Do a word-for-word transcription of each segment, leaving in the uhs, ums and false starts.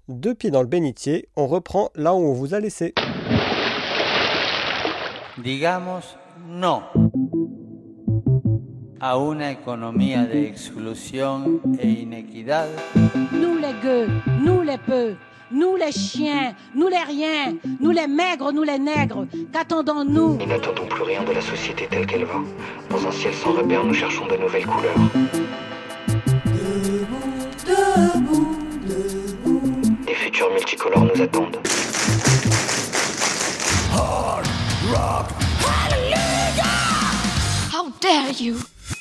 deux pieds dans le bénitier, on reprend là où on vous a laissé. Digamos no a una economía de exclusión e inequidad. Nous les gueux, nous les peu, nous les chiens, nous les riens, nous les maigres, nous les nègres, qu'attendons-nous ? Nous n'attendons plus rien de la société telle qu'elle va. Dans un ciel sans repère, nous cherchons de nouvelles couleurs. Debout, debout, debout. Des futurs multicolores nous attendent. Hard rock. Hallelujah! How dare you!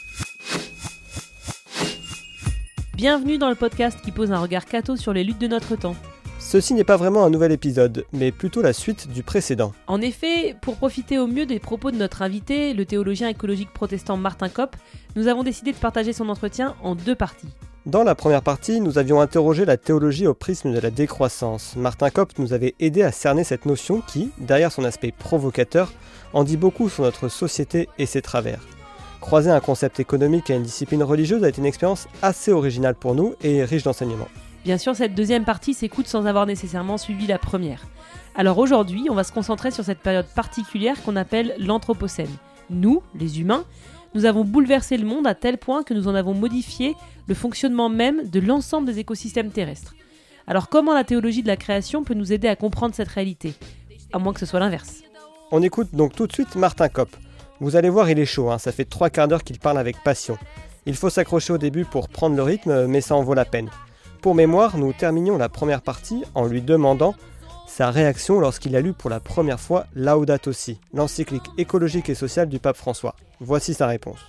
Bienvenue dans le podcast qui pose un regard catho sur les luttes de notre temps. Ceci n'est pas vraiment un nouvel épisode, mais plutôt la suite du précédent. En effet, pour profiter au mieux des propos de notre invité, le théologien écologique protestant Martin Kopp, nous avons décidé de partager son entretien en deux parties. Dans la première partie, nous avions interrogé la théologie au prisme de la décroissance. Martin Kopp nous avait aidé à cerner cette notion qui, derrière son aspect provocateur, en dit beaucoup sur notre société et ses travers. Croiser un concept économique à une discipline religieuse a été une expérience assez originale pour nous et riche d'enseignements. Bien sûr, cette deuxième partie s'écoute sans avoir nécessairement suivi la première. Alors aujourd'hui, on va se concentrer sur cette période particulière qu'on appelle l'Anthropocène. Nous, les humains, nous avons bouleversé le monde à tel point que nous en avons modifié le fonctionnement même de l'ensemble des écosystèmes terrestres. Alors comment la théologie de la création peut nous aider à comprendre cette réalité ? À moins que ce soit l'inverse. On écoute donc tout de suite Martin Kopp. Vous allez voir, il est chaud, hein, ça fait trois quarts d'heure qu'il parle avec passion. Il faut s'accrocher au début pour prendre le rythme, mais ça en vaut la peine. Pour mémoire, nous terminions la première partie en lui demandant sa réaction lorsqu'il a lu pour la première fois Laudato Si, l'encyclique écologique et sociale du pape François. Voici sa réponse.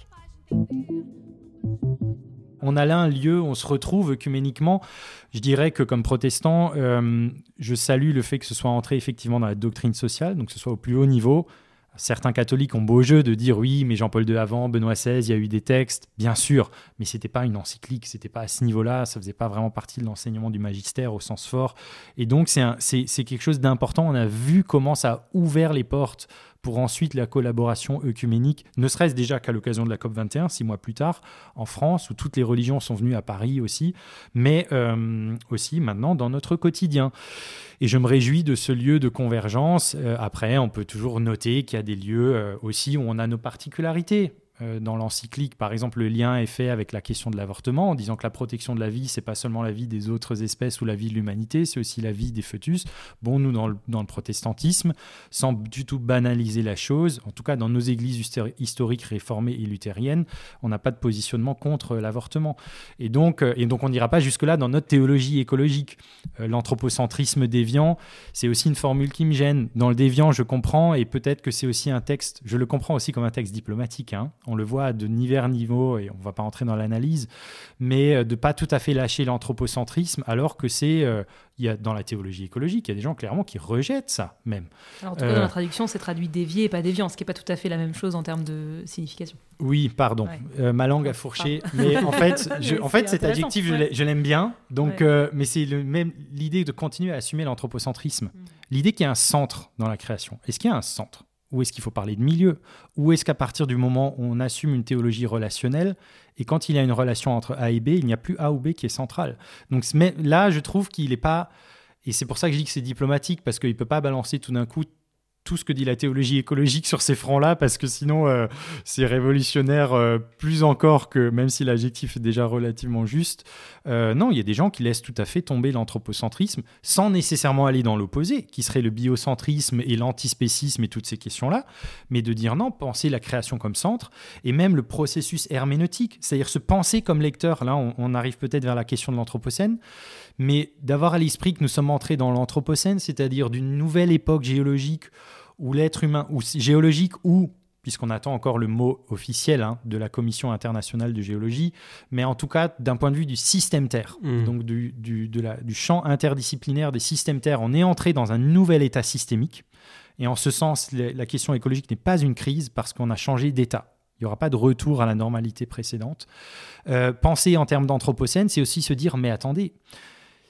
On a là un lieu où on se retrouve œcuméniquement. Je dirais que comme protestant, euh, je salue le fait que ce soit entré effectivement dans la doctrine sociale, donc que ce soit au plus haut niveau. Certains catholiques ont beau jeu de dire oui, mais Jean-Paul deux avant, Benoît seize, il y a eu des textes, bien sûr, mais c'était pas une encyclique, c'était pas à ce niveau-là, ça faisait pas vraiment partie de l'enseignement du magistère au sens fort. Et donc c'est, un, c'est, c'est quelque chose d'important. On a vu comment ça a ouvert les portes pour ensuite la collaboration œcuménique, ne serait-ce déjà qu'à l'occasion de la COP vingt et un, six mois plus tard, en France, où toutes les religions sont venues à Paris aussi, mais euh, aussi maintenant dans notre quotidien. Et je me réjouis de ce lieu de convergence. Euh, après, on peut toujours noter qu'il y a des lieux euh, aussi où on a nos particularités. Euh, dans l'encyclique, par exemple, le lien est fait avec la question de l'avortement, en disant que la protection de la vie, c'est pas seulement la vie des autres espèces ou la vie de l'humanité, c'est aussi la vie des fœtus. Bon, nous, dans le, dans le protestantisme, sans du tout banaliser la chose, en tout cas dans nos églises historiques réformées et luthériennes, on n'a pas de positionnement contre l'avortement. Et donc, euh, et donc on n'ira pas jusque-là dans notre théologie écologique. Euh, l'anthropocentrisme déviant, c'est aussi une formule qui me gêne. Dans le déviant, je comprends, et peut-être que c'est aussi un texte, je le comprends aussi comme un texte diplomatique, hein. On le voit à de divers niveaux et on ne va pas entrer dans l'analyse, mais de ne pas tout à fait lâcher l'anthropocentrisme alors que c'est, euh, il y a, dans la théologie écologique, il y a des gens clairement qui rejettent ça même. Alors, en tout cas, euh, dans la traduction, c'est traduit dévié et pas déviant, ce qui n'est pas tout à fait la même chose en termes de signification. Oui, pardon, ouais. euh, ma langue a fourché, mais en fait, je, en fait cet adjectif, je, ouais. je l'aime bien, donc, ouais. euh, mais c'est le même, l'idée de continuer à assumer l'anthropocentrisme, mm. l'idée qu'il y a un centre dans la création. Est-ce qu'il y a un centre ? Où est-ce qu'il faut parler de milieu ? Où est-ce qu'à partir du moment où on assume une théologie relationnelle, et quand il y a une relation entre A et B, il n'y a plus A ou B qui est central. Donc mais là, je trouve qu'il n'est pas... Et c'est pour ça que je dis que c'est diplomatique, parce qu'il ne peut pas balancer tout d'un coup tout ce que dit la théologie écologique sur ces fronts-là, parce que sinon, euh, c'est révolutionnaire euh, plus encore que, même si l'adjectif est déjà relativement juste. Euh, non, il y a des gens qui laissent tout à fait tomber l'anthropocentrisme sans nécessairement aller dans l'opposé, qui serait le biocentrisme et l'antispécisme et toutes ces questions-là, mais de dire non, penser la création comme centre, et même le processus herméneutique, c'est-à-dire se penser comme lecteur. Là, on, on arrive peut-être vers la question de l'anthropocène, mais d'avoir à l'esprit que nous sommes entrés dans l'anthropocène, c'est-à-dire d'une nouvelle époque géologique où l'être humain, ou géologique, ou, puisqu'on attend encore le mot officiel hein, de la Commission internationale de géologie, mais en tout cas d'un point de vue du système Terre, mmh. donc du, du, de la, du champ interdisciplinaire des systèmes Terre, on est entré dans un nouvel état systémique, et en ce sens, la, la question écologique n'est pas une crise parce qu'on a changé d'état. Il n'y aura pas de retour à la normalité précédente. Euh, penser en termes d'anthropocène, c'est aussi se dire, mais attendez,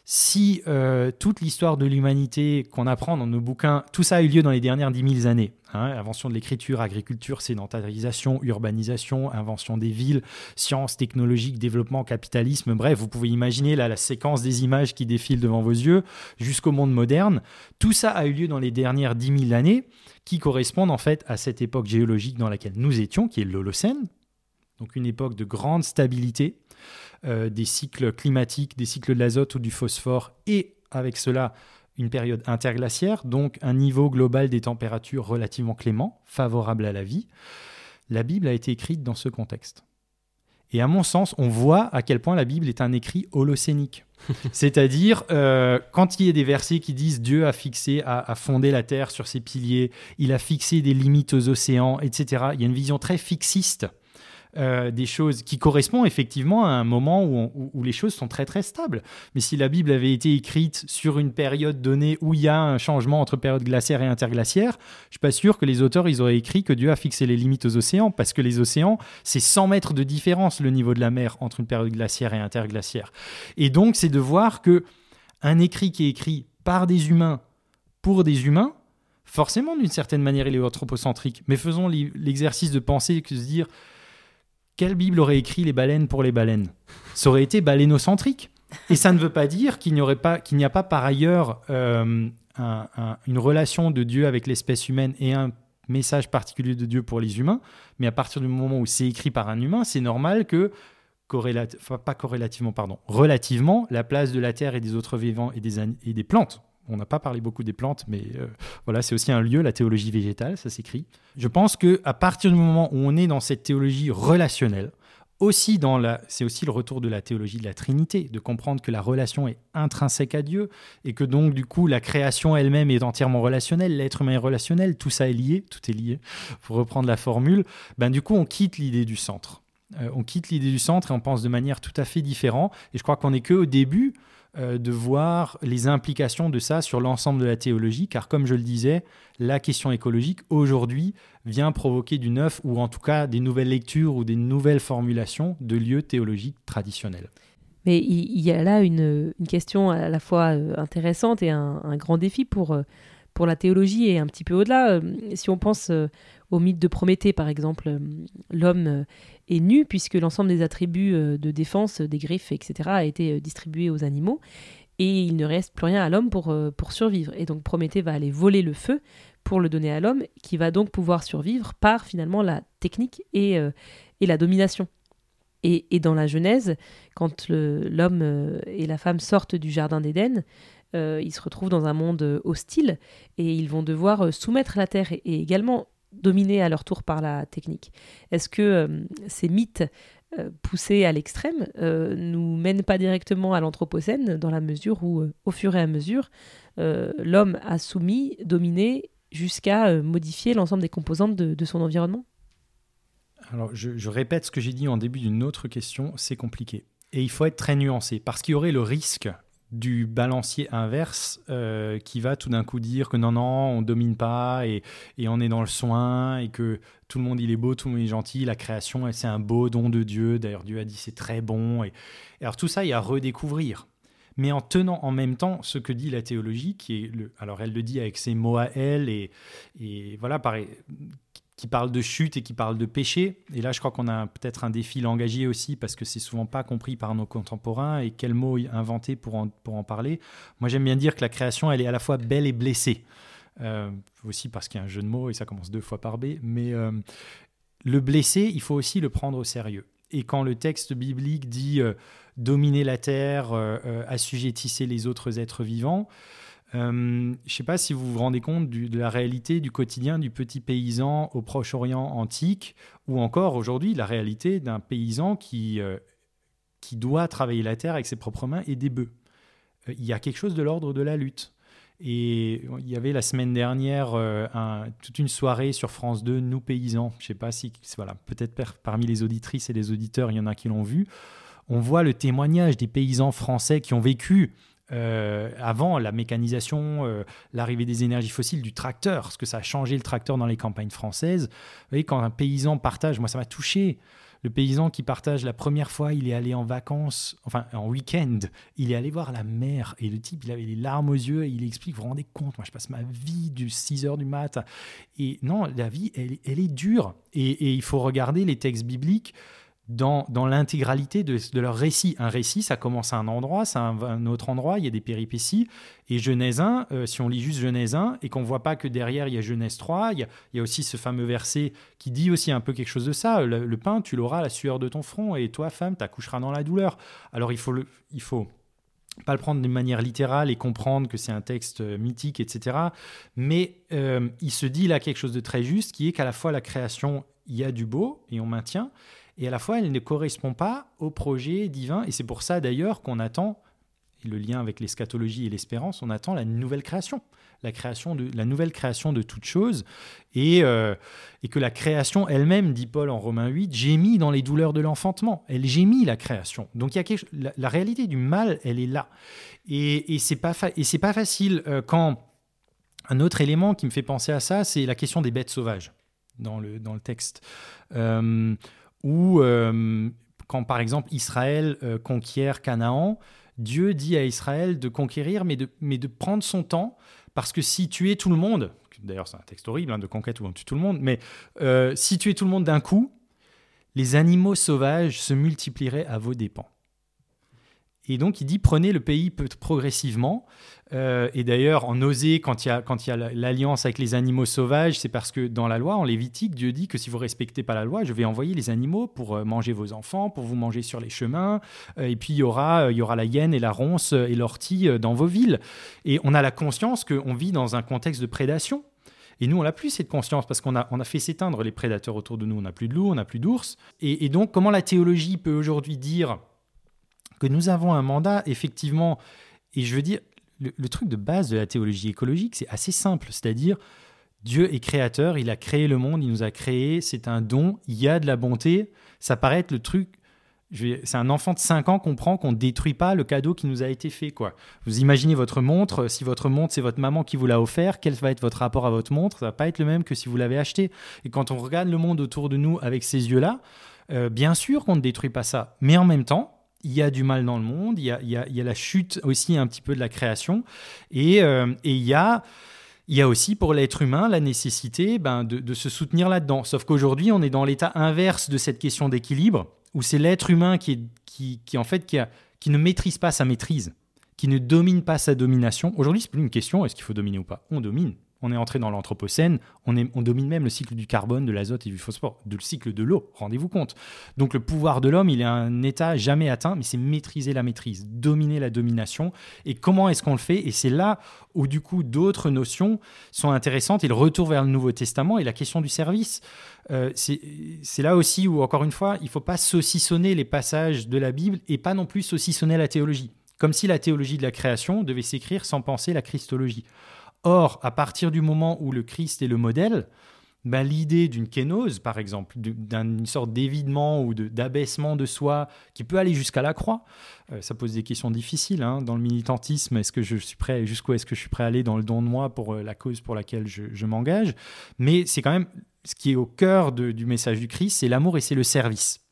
si euh, toute l'histoire de l'humanité qu'on apprend dans nos bouquins, tout ça a eu lieu dans les dernières dix mille années, hein, invention de l'écriture, agriculture, sédentarisation, urbanisation, invention des villes, sciences, technologiques, développement, capitalisme, bref, vous pouvez imaginer là, la séquence des images qui défilent devant vos yeux jusqu'au monde moderne. Tout ça a eu lieu dans les dernières dix mille années qui correspondent en fait à cette époque géologique dans laquelle nous étions, qui est l'Holocène, donc une époque de grande stabilité, Euh, des cycles climatiques, des cycles de l'azote ou du phosphore, et avec cela, une période interglaciaire, donc un niveau global des températures relativement clément, favorable à la vie. La Bible a été écrite dans ce contexte. Et à mon sens, on voit à quel point la Bible est un écrit holocénique. C'est-à-dire, euh, quand il y a des versets qui disent « Dieu a fixé, a, a fondé la terre sur ses piliers, il a fixé des limites aux océans, et cetera » Il y a une vision très fixiste Euh, des choses qui correspondent effectivement à un moment où, on, où, où les choses sont très très stables. Mais si la Bible avait été écrite sur une période donnée où il y a un changement entre période glaciaire et interglaciaire, je suis pas sûr que les auteurs ils auraient écrit que Dieu a fixé les limites aux océans, parce que les océans, c'est cent mètres de différence le niveau de la mer entre une période glaciaire et interglaciaire. Et donc c'est de voir que un écrit qui est écrit par des humains pour des humains, forcément d'une certaine manière il est anthropocentrique, mais faisons l'exercice de penser, que se dire quelle Bible aurait écrit les baleines pour les baleines ? Ça aurait été balénocentrique. Et ça ne veut pas dire qu'il n'y, aurait pas, qu'il n'y a pas par ailleurs euh, un, un, une relation de Dieu avec l'espèce humaine et un message particulier de Dieu pour les humains. Mais à partir du moment où c'est écrit par un humain, c'est normal que, corrélat... enfin, pas corrélativement, pardon, relativement, la place de la terre et des autres vivants et des, an... et des plantes. On n'a pas parlé beaucoup des plantes, mais euh, voilà, c'est aussi un lieu, la théologie végétale, ça s'écrit. Je pense qu'à partir du moment où on est dans cette théologie relationnelle, aussi dans la, c'est aussi le retour de la théologie de la Trinité, de comprendre que la relation est intrinsèque à Dieu et que donc, du coup, la création elle-même est entièrement relationnelle, l'être humain est relationnel, tout ça est lié, tout est lié, pour reprendre la formule. Ben, du coup, on quitte l'idée du centre. Euh, on quitte l'idée du centre et on pense de manière tout à fait différente. Et je crois qu'on n'est qu'au début Euh, de voir les implications de ça sur l'ensemble de la théologie, car comme je le disais, la question écologique aujourd'hui vient provoquer du neuf, ou en tout cas des nouvelles lectures ou des nouvelles formulations de lieux théologiques traditionnels. Mais il y a là une, une question à la fois intéressante et un, un grand défi pour, pour la théologie et un petit peu au-delà. Si on pense au mythe de Prométhée, par exemple, l'homme est nu puisque l'ensemble des attributs de défense, des griffes, et cetera, a été distribué aux animaux et il ne reste plus rien à l'homme pour, pour survivre. Et donc Prométhée va aller voler le feu pour le donner à l'homme, qui va donc pouvoir survivre par finalement la technique et, euh, et la domination. Et, et dans la Genèse, quand le, l'homme et la femme sortent du jardin d'Éden, euh, ils se retrouvent dans un monde hostile et ils vont devoir soumettre la terre et, et également dominés à leur tour par la technique. Est-ce que euh, ces mythes euh, poussés à l'extrême euh, nous mènent pas directement à l'Anthropocène, dans la mesure où, euh, au fur et à mesure, euh, l'homme a soumis, dominé, jusqu'à euh, modifier l'ensemble des composantes de, de son environnement ? Alors, je, je répète ce que j'ai dit en début d'une autre question, c'est compliqué. Et il faut être très nuancé, parce qu'il y aurait le risque du balancier inverse euh, qui va tout d'un coup dire que non, non, on ne domine pas et, et on est dans le soin et que tout le monde il est beau, tout le monde est gentil, la création c'est un beau don de Dieu, d'ailleurs Dieu a dit c'est très bon. Et, et alors tout ça il y a à redécouvrir, mais en tenant en même temps ce que dit la théologie, qui est le, alors elle le dit avec ses mots à elle et, et voilà, pareil, qui parle de chute et qui parle de péché. Et là, je crois qu'on a peut-être un défi langagier aussi, parce que c'est souvent pas compris par nos contemporains. Et quel mot inventer pour en, pour en parler ? Moi, j'aime bien dire que la création, elle est à la fois belle et blessée. Euh, aussi parce qu'il y a un jeu de mots, et ça commence deux fois par B. Mais euh, le blessé, il faut aussi le prendre au sérieux. Et quand le texte biblique dit euh, « dominer la terre, euh, euh, assujettissez les autres êtres vivants », Euh, je ne sais pas si vous vous rendez compte du, de la réalité du quotidien du petit paysan au Proche-Orient antique, ou encore aujourd'hui la réalité d'un paysan qui, euh, qui doit travailler la terre avec ses propres mains et des bœufs. Euh, il y a quelque chose de l'ordre de la lutte. Et il y avait la semaine dernière euh, un, toute une soirée sur France deux, Nous paysans. Je ne sais pas si, voilà, peut-être per, parmi les auditrices et les auditeurs, il y en a qui l'ont vu. On voit le témoignage des paysans français qui ont vécu Euh, avant la mécanisation, euh, l'arrivée des énergies fossiles, du tracteur, ce que ça a changé le tracteur dans les campagnes françaises. Vous voyez, quand un paysan partage, moi ça m'a touché, le paysan qui partage la première fois, il est allé en vacances, enfin en week-end, il est allé voir la mer et le type, il avait les larmes aux yeux et il explique, vous vous rendez compte, moi je passe ma vie du six heures du mat. Et non, la vie, elle, elle est dure. Et, et il faut regarder les textes bibliques dans, dans l'intégralité de, de leur récit. Un récit, ça commence à un endroit, c'est un, un autre endroit, il y a des péripéties. Et Genèse un, euh, si on lit juste Genèse un et qu'on ne voit pas que derrière il y a Genèse trois, il y a, il y a aussi ce fameux verset qui dit aussi un peu quelque chose de ça. Le, le pain, tu l'auras à la sueur de ton front et toi, femme, t'accoucheras dans la douleur. Alors il faut, le, il faut pas le prendre de manière littérale et comprendre que c'est un texte mythique, et cetera. Mais euh, il se dit là quelque chose de très juste qui est qu'à la fois la création, il y a du beau et on maintient, et à la fois, elle ne correspond pas au projet divin. Et c'est pour ça, d'ailleurs, qu'on attend, et le lien avec l'eschatologie et l'espérance, on attend la nouvelle création, la, création de, la nouvelle création de toute chose. Et, euh, et que la création elle-même, dit Paul en Romains huit, gémit dans les douleurs de l'enfantement. Elle gémit, la création. Donc, il y a quelque, la, la réalité du mal, elle est là. Et, et ce n'est pas, fa- et c'est pas facile euh, quand... Un autre élément qui me fait penser à ça, c'est la question des bêtes sauvages dans le, dans le texte. Euh, Ou euh, quand, par exemple, Israël euh, conquiert Canaan, Dieu dit à Israël de conquérir, mais de, mais de prendre son temps, parce que si tuer tout le monde, d'ailleurs c'est un texte horrible hein, de conquête où on tue tout le monde, mais euh, si tuer tout le monde d'un coup, les animaux sauvages se multiplieraient à vos dépens. Et donc, il dit, prenez le pays progressivement. Euh, et d'ailleurs, en Osée, quand il y a, quand il y a l'alliance avec les animaux sauvages, c'est parce que dans la loi, en Lévitique, Dieu dit que si vous ne respectez pas la loi, je vais envoyer les animaux pour manger vos enfants, pour vous manger sur les chemins. Et puis, il y aura, il y aura la hyène et la ronce et l'ortie dans vos villes. Et on a la conscience qu'on vit dans un contexte de prédation. Et nous, on n'a plus cette conscience parce qu'on a, on a fait s'éteindre les prédateurs autour de nous. On n'a plus de loups, on n'a plus d'ours. Et, et donc, comment la théologie peut aujourd'hui dire que nous avons un mandat, effectivement, et je veux dire, le, le truc de base de la théologie écologique, c'est assez simple, c'est-à-dire, Dieu est créateur, il a créé le monde, il nous a créés, c'est un don, il y a de la bonté, ça paraît être le truc, je vais, c'est un enfant de cinq ans qui comprend qu'on ne détruit pas le cadeau qui nous a été fait, quoi. Vous imaginez votre montre, si votre montre, c'est votre maman qui vous l'a offert, quel va être votre rapport à votre montre? Ça ne va pas être le même que si vous l'avez acheté. Et quand on regarde le monde autour de nous avec ces yeux-là, euh, bien sûr qu'on ne détruit pas ça, mais en même temps, il y a du mal dans le monde, il y a, il y a, il y a la chute aussi un petit peu de la création, et, euh, et il, y a, il y a aussi pour l'être humain la nécessité ben, de, de se soutenir là-dedans. Sauf qu'aujourd'hui, on est dans l'état inverse de cette question d'équilibre, où c'est l'être humain qui, est, qui, qui, en fait, qui, a, qui ne maîtrise pas sa maîtrise, qui ne domine pas sa domination. Aujourd'hui, ce n'est plus une question, est-ce qu'il faut dominer ou pas? On domine. On est entré dans l'anthropocène, on, est, on domine même le cycle du carbone, de l'azote et du phosphore, le cycle de l'eau, rendez-vous compte. Donc le pouvoir de l'homme, il est à un état jamais atteint, mais c'est maîtriser la maîtrise, dominer la domination. Et comment est-ce qu'on le fait? Et c'est là où du coup d'autres notions sont intéressantes, et le retour vers le Nouveau Testament et la question du service. Euh, c'est, c'est là aussi où, encore une fois, il ne faut pas saucissonner les passages de la Bible et pas non plus saucissonner la théologie. Comme si la théologie de la création devait s'écrire sans penser la christologie. Or, à partir du moment où le Christ est le modèle, ben, l'idée d'une kénose, par exemple, d'une sorte d'évidement ou de, d'abaissement de soi qui peut aller jusqu'à la croix, euh, ça pose des questions difficiles hein, dans le militantisme. Est-ce que je suis prêt, jusqu'où est-ce que je suis prêt à aller dans le don de moi pour euh, la cause pour laquelle je, je m'engage? Mais c'est quand même ce qui est au cœur de, du message du Christ, c'est l'amour et c'est le service.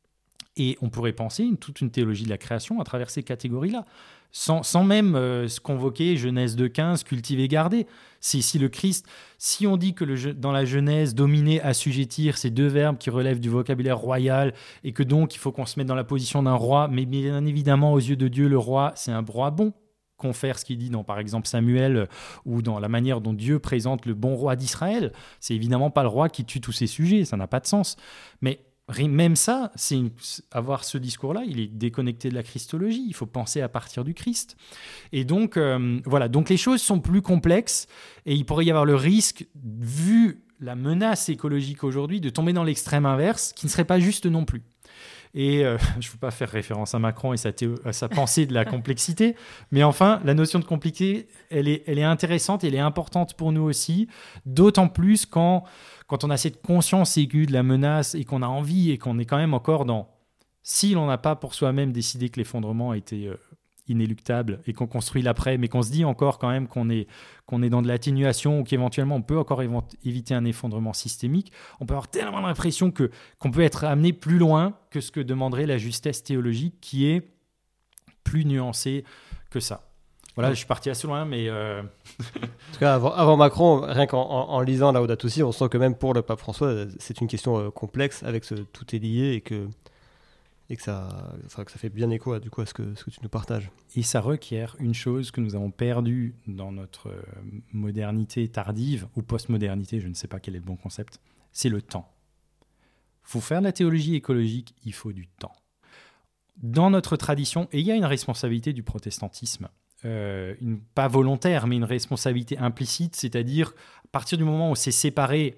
Et on pourrait penser une, toute une théologie de la création à travers ces catégories-là. Sans, sans même euh, se convoquer Genèse deux quinze, cultiver, garder. C'est si le Christ, si on dit que le, dans la Genèse, dominer, assujettir, c'est deux verbes qui relèvent du vocabulaire royal et que donc il faut qu'on se mette dans la position d'un roi, mais bien évidemment aux yeux de Dieu, le roi, c'est un roi bon. Confère ce qu'il dit dans, par exemple, Samuel euh, ou dans la manière dont Dieu présente le bon roi d'Israël. C'est évidemment pas le roi qui tue tous ses sujets, ça n'a pas de sens. Mais même ça, c'est une, avoir ce discours-là, il est déconnecté de la christologie. Il faut penser à partir du Christ. Et donc, euh, voilà. Donc, les choses sont plus complexes et il pourrait y avoir le risque, vu la menace écologique aujourd'hui, de tomber dans l'extrême inverse, qui ne serait pas juste non plus. Et euh, je ne veux pas faire référence à Macron et sa, théo- à sa pensée de la complexité, mais enfin, la notion de complexité, elle est, elle est intéressante, elle est importante pour nous aussi, d'autant plus quand, quand on a cette conscience aiguë de la menace et qu'on a envie et qu'on est quand même encore dans... Si l'on n'a pas pour soi-même décidé que l'effondrement était euh, inéluctable et qu'on construit l'après, mais qu'on se dit encore quand même qu'on est, qu'on est dans de l'atténuation ou qu'éventuellement on peut encore évent- éviter un effondrement systémique, on peut avoir tellement l'impression que, qu'on peut être amené plus loin que ce que demanderait la justesse théologique qui est plus nuancée que ça. Voilà, je suis parti assez loin, mais... Euh... En tout cas, avant, avant Macron, rien qu'en en, en lisant Laudato Si, on sent que même pour le pape François, c'est une question euh, complexe, avec ce tout est lié, et que, et que, ça, enfin, que ça fait bien écho à, du coup, à ce que, ce que tu nous partages. Et ça requiert une chose que nous avons perdue dans notre euh, modernité tardive, ou post-modernité, je ne sais pas quel est le bon concept, c'est le temps. Il faut faire de la théologie écologique, il faut du temps. Dans notre tradition, et il y a une responsabilité du protestantisme, Euh, une, pas volontaire, mais une responsabilité implicite, c'est-à-dire à partir du moment où on s'est séparé,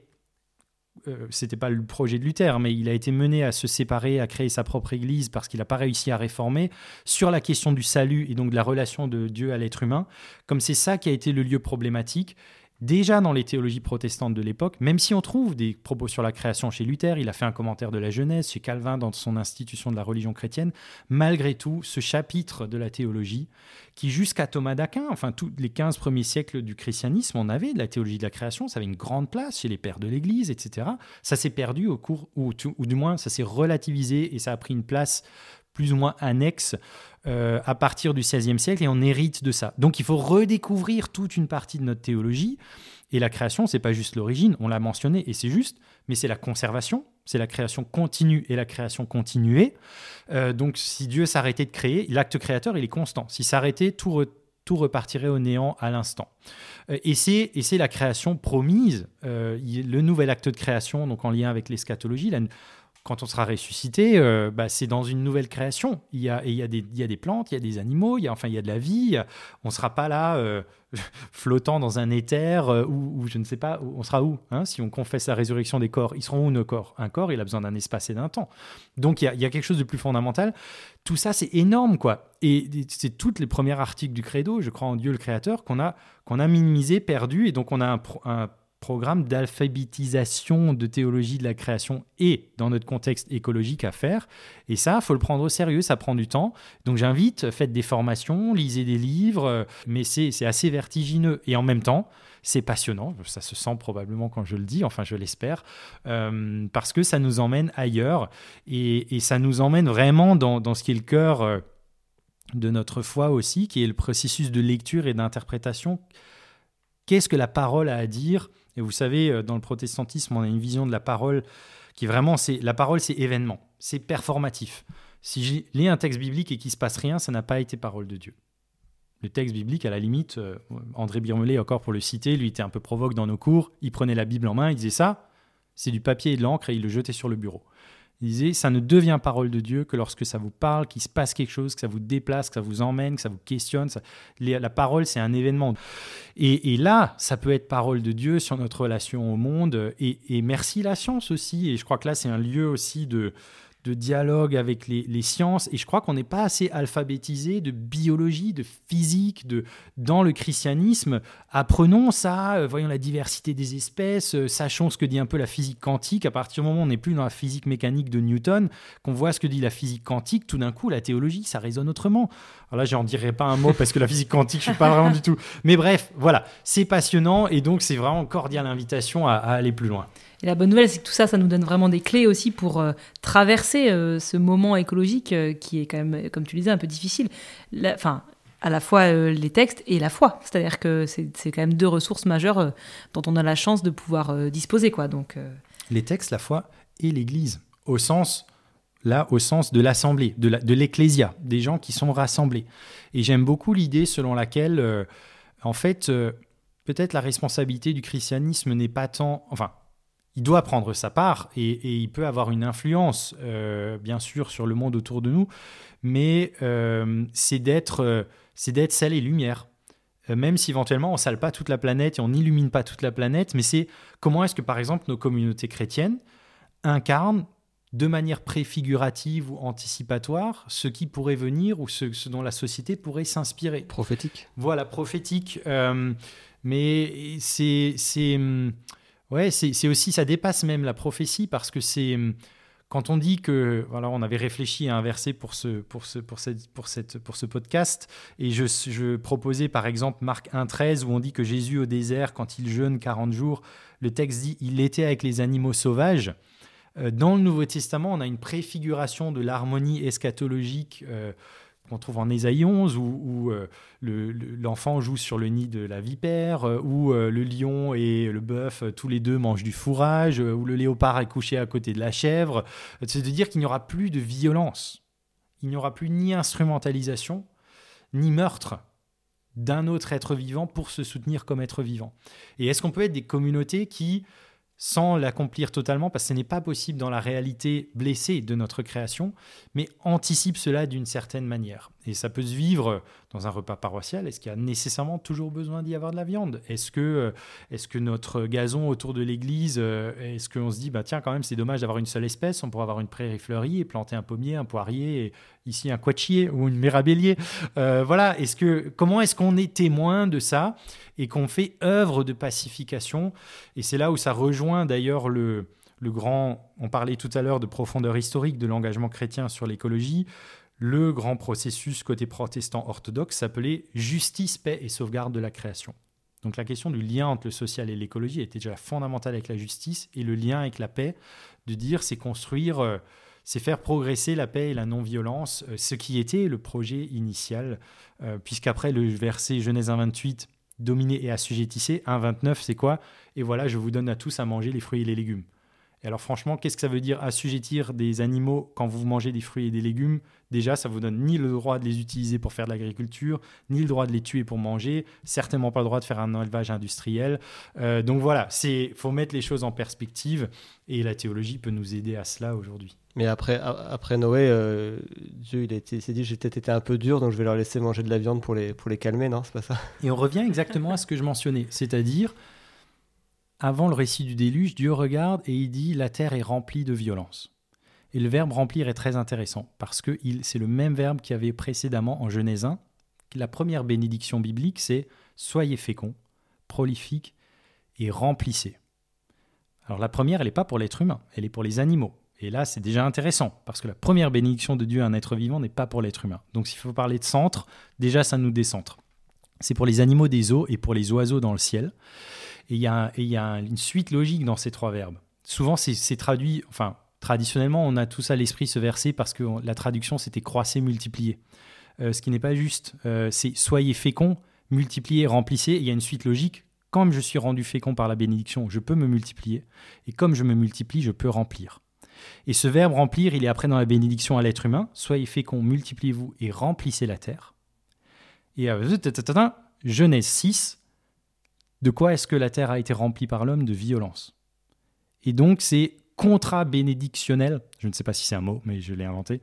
euh, c'était pas le projet de Luther, mais il a été mené à se séparer, à créer sa propre église parce qu'il n'a pas réussi à réformer sur la question du salut et donc de la relation de Dieu à l'être humain, comme c'est ça qui a été le lieu problématique. Déjà dans les théologies protestantes de l'époque, même si on trouve des propos sur la création chez Luther, il a fait un commentaire de la Genèse, chez Calvin dans son institution de la religion chrétienne, malgré tout, ce chapitre de la théologie, qui jusqu'à Thomas d'Aquin, enfin tous les quinze premiers siècles du christianisme, on avait de la théologie de la création, ça avait une grande place chez les pères de l'Église, et cetera. Ça s'est perdu au cours, ou, ou du moins ça s'est relativisé et ça a pris une place plus ou moins annexe euh, à partir du seizième siècle, et on hérite de ça. Donc il faut redécouvrir toute une partie de notre théologie, et la création, c'est pas juste l'origine, on l'a mentionné, et c'est juste, mais c'est la conservation, c'est la création continue et la création continuée. Euh, donc si Dieu s'arrêtait de créer, l'acte créateur, il est constant. S'il s'arrêtait, tout, re, tout repartirait au néant à l'instant. Euh, et, c'est, et c'est la création promise, euh, le nouvel acte de création, donc en lien avec l'eschatologie, la, quand on sera ressuscité, euh, bah, c'est dans une nouvelle création. Il y a, et il y a des, il y a des plantes, il y a des animaux, il y a, enfin, il y a de la vie. On ne sera pas là euh, flottant dans un éther euh, ou, ou je ne sais pas, où, on sera où hein, si on confesse la résurrection des corps, ils seront où nos corps? Un corps, il a besoin d'un espace et d'un temps. Donc, il y a, il y a quelque chose de plus fondamental. Tout ça, c'est énorme, quoi. Et c'est toutes les premiers articles du Credo, je crois en Dieu le Créateur, qu'on a, qu'on a minimisé, perdu. Et donc, on a un... un programme d'alphabétisation de théologie de la création et dans notre contexte écologique à faire. Et ça, il faut le prendre au sérieux, ça prend du temps. Donc j'invite, faites des formations, lisez des livres, mais c'est, c'est assez vertigineux. Et en même temps, c'est passionnant, ça se sent probablement quand je le dis, enfin je l'espère, euh, parce que ça nous emmène ailleurs et, et ça nous emmène vraiment dans, dans ce qui est le cœur de notre foi aussi, qui est le processus de lecture et d'interprétation. Qu'est-ce que la parole a à dire ? Et vous savez, dans le protestantisme, on a une vision de la parole qui vraiment, c'est la parole, c'est événement, c'est performatif. Si j'ai lu un texte biblique et qu'il ne se passe rien, ça n'a pas été parole de Dieu. Le texte biblique, à la limite, euh, André Birmelet, encore pour le citer, lui était un peu provoque dans nos cours, il prenait la Bible en main, il disait ça, c'est du papier et de l'encre, et il le jetait sur le bureau. Il disait, ça ne devient parole de Dieu que lorsque ça vous parle, qu'il se passe quelque chose, que ça vous déplace, que ça vous emmène, que ça vous questionne. Ça... La parole, c'est un événement. Et, et là, ça peut être parole de Dieu sur notre relation au monde. Et, et merci la science aussi. Et je crois que là, c'est un lieu aussi de, de dialogue avec les, les sciences. Et je crois qu'on n'est pas assez alphabétisé de biologie, de physique, de, dans le christianisme. Apprenons ça, euh, voyons la diversité des espèces, euh, sachons ce que dit un peu la physique quantique. À partir du moment où on n'est plus dans la physique mécanique de Newton, qu'on voit ce que dit la physique quantique, tout d'un coup, la théologie, ça résonne autrement. Alors là, j'en dirai pas un mot parce que la physique quantique, je ne suis pas vraiment du tout. Mais bref, voilà, c'est passionnant et donc c'est vraiment cordiale invitation à, à aller plus loin. Et la bonne nouvelle, c'est que tout ça, ça nous donne vraiment des clés aussi pour euh, traverser euh, ce moment écologique euh, qui est quand même, comme tu le disais, un peu difficile. Enfin, à la fois euh, les textes et la foi. C'est-à-dire que c'est, c'est quand même deux ressources majeures euh, dont on a la chance de pouvoir euh, disposer, quoi. Donc, euh... les textes, la foi et l'Église, au sens, là, au sens de l'assemblée, de, la, de l'ecclésia, des gens qui sont rassemblés. Et j'aime beaucoup l'idée selon laquelle, euh, en fait, euh, peut-être la responsabilité du christianisme n'est pas tant... Enfin, il doit prendre sa part et, et il peut avoir une influence, euh, bien sûr, sur le monde autour de nous, mais euh, c'est d'être, euh, c'est d'être sel et lumière. Euh, même si éventuellement on ne sale pas toute la planète et on n'illumine pas toute la planète, mais c'est comment est-ce que, par exemple, nos communautés chrétiennes incarnent de manière préfigurative ou anticipatoire ce qui pourrait venir ou ce, ce dont la société pourrait s'inspirer. Prophétique. Voilà, prophétique. Euh, mais c'est... c'est Ouais, c'est, c'est aussi, ça dépasse même la prophétie parce que c'est, Quand on dit que, voilà, on avait réfléchi à un verset pour ce, pour ce, pour cette, pour cette, pour ce podcast, et je, je proposais par exemple Marc un treize où on dit que Jésus au désert, quand il jeûne quarante jours, le texte dit il était avec les animaux sauvages. Euh, dans le Nouveau Testament, on a une préfiguration de l'harmonie eschatologique euh, qu'on trouve en Ésaïe onze, où, où euh, le, le, l'enfant joue sur le nid de la vipère, euh, où euh, le lion et le bœuf, euh, tous les deux, mangent du fourrage, euh, où le léopard est couché à côté de la chèvre. C'est de dire qu'il n'y aura plus de violence. Il n'y aura plus ni instrumentalisation, ni meurtre d'un autre être vivant pour se soutenir comme être vivant. Et est-ce qu'on peut être des communautés qui, sans l'accomplir totalement, parce que ce n'est pas possible dans la réalité blessée de notre création, mais anticipe cela d'une certaine manière. Et ça peut se vivre dans un repas paroissial. Est-ce qu'il y a nécessairement toujours besoin d'y avoir de la viande ? Est-ce que, est-ce que notre gazon autour de l'église, est-ce qu'on se dit, bah, tiens, quand même, c'est dommage d'avoir une seule espèce, on pourrait avoir une prairie fleurie et planter un pommier, un poirier, et ici un quachier ou une mirabellier. Euh, voilà, est-ce que, comment est-ce qu'on est témoin de ça et qu'on fait œuvre de pacification ? Et c'est là où ça rejoint d'ailleurs le, le grand, on parlait tout à l'heure de profondeur historique de l'engagement chrétien sur l'écologie. Le grand processus côté protestant orthodoxe s'appelait justice, paix et sauvegarde de la création. Donc la question du lien entre le social et l'écologie était déjà fondamentale avec la justice, et le lien avec la paix, de dire c'est construire, euh, c'est faire progresser la paix et la non-violence, euh, ce qui était le projet initial, euh, puisqu'après le verset Genèse un vingt-huit, dominez et assujettissez, un vingt-neuf c'est quoi ? Et voilà, je vous donne à tous à manger les fruits et les légumes. Et alors franchement, qu'est-ce que ça veut dire assujettir des animaux quand vous mangez des fruits et des légumes ? Déjà, ça ne vous donne ni le droit de les utiliser pour faire de l'agriculture, ni le droit de les tuer pour manger, certainement pas le droit de faire un élevage industriel. Euh, donc voilà, il faut mettre les choses en perspective, et la théologie peut nous aider à cela aujourd'hui. Mais après, après Noé, euh, Dieu il, a été, il s'est dit j'ai peut-être été un peu dur, donc je vais leur laisser manger de la viande pour les, pour les calmer, non ? C'est pas ça ? Et on revient exactement à ce que je mentionnais, c'est-à-dire, avant le récit du déluge, Dieu regarde et il dit « la terre est remplie de violence ». Et le verbe « remplir » est très intéressant parce que il, c'est le même verbe qu'il y avait précédemment en Genèse un. La première bénédiction biblique, c'est « soyez féconds, prolifiques et remplissez ». Alors la première, elle n'est pas pour l'être humain, elle est pour les animaux. Et là, c'est déjà intéressant parce que la première bénédiction de Dieu à un être vivant n'est pas pour l'être humain. Donc s'il faut parler de centre, déjà ça nous décentre. C'est pour les animaux des eaux et pour les oiseaux dans le ciel. Et il y a, y a une suite logique dans ces trois verbes. Souvent, c'est, c'est traduit, enfin, traditionnellement, on a tous à l'esprit ce verset parce que la traduction, c'était « croissez, multipliez euh, ». Ce qui n'est pas juste. Euh, c'est « soyez féconds, multipliez, remplissez ». Il y a une suite logique. Comme je suis rendu fécond par la bénédiction, je peux me multiplier. Et comme je me multiplie, je peux remplir. Et ce verbe « remplir », il est après dans la bénédiction à l'être humain. « Soyez féconds, multipliez-vous et remplissez la terre ». Et euh, Genèse six, de quoi est-ce que la terre a été remplie par l'homme ? De violence. Et donc, c'est contrat-bénédictionnel. Je ne sais pas si c'est un mot, mais je l'ai inventé.